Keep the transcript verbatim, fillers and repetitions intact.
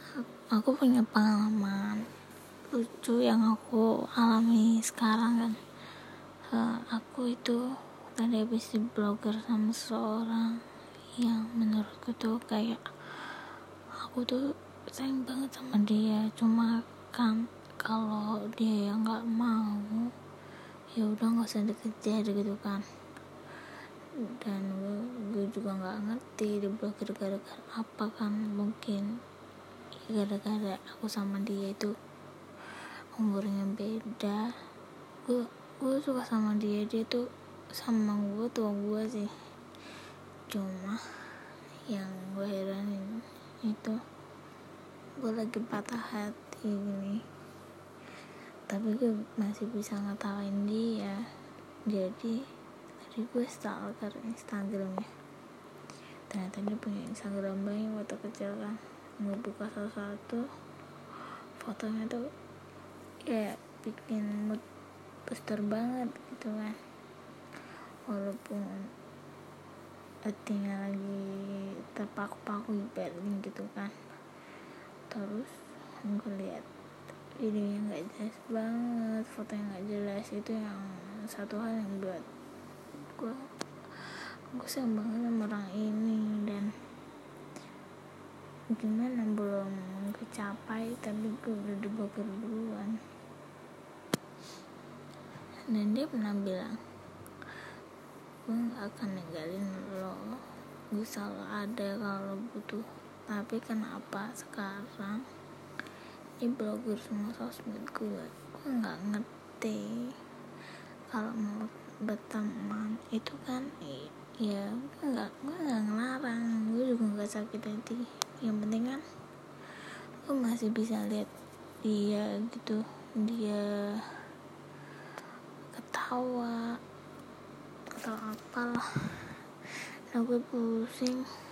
Aku punya pengalaman lucu yang aku alami sekarang kan. uh, Aku itu tadi habis di blogger sama seseorang yang menurutku tuh kayak aku tuh sayang banget sama dia, cuma kan kalau dia yang nggak mau ya udah nggak usah dikejar gitu kan. Dan gue, gue juga nggak ngerti di blogger gara-gara apa kan, mungkin ya gara-gara aku sama dia itu umurnya beda. gue gue suka sama dia dia tuh sama gue tua gue sih, cuma yang gue heranin itu gue lagi patah hati gini tapi gue masih bisa ngetawain dia. Jadi tadi gue stalker Instagramnya, ternyata dia punya Instagram banyak waktu kecil kan. Gue buka salah satu fotonya tuh ya bikin mood booster banget gitu kan, walaupun hatinya lagi terpaku-paku ibaratnya gitu kan. Terus gue lihat videonya nggak jelas banget, fotonya nggak jelas. Itu yang satu hal yang buat gue gue sayang banget sama orang ini. Dan gimana belum kecapai tapi gue udah dibakar duluan. Dan dia pernah bilang, gue gak akan ninggalin lo, gue selalu ada kalau butuh. Tapi kenapa sekarang dia blogger semua sosmed gue? Gue gak ngerti. Kalau mau berteman itu kan ya gue gak, gue gak ngelarang, gue juga gak sakit hati. Yang penting kan gue masih bisa lihat dia gitu, dia ketawa atau apalah. Nah gue pusing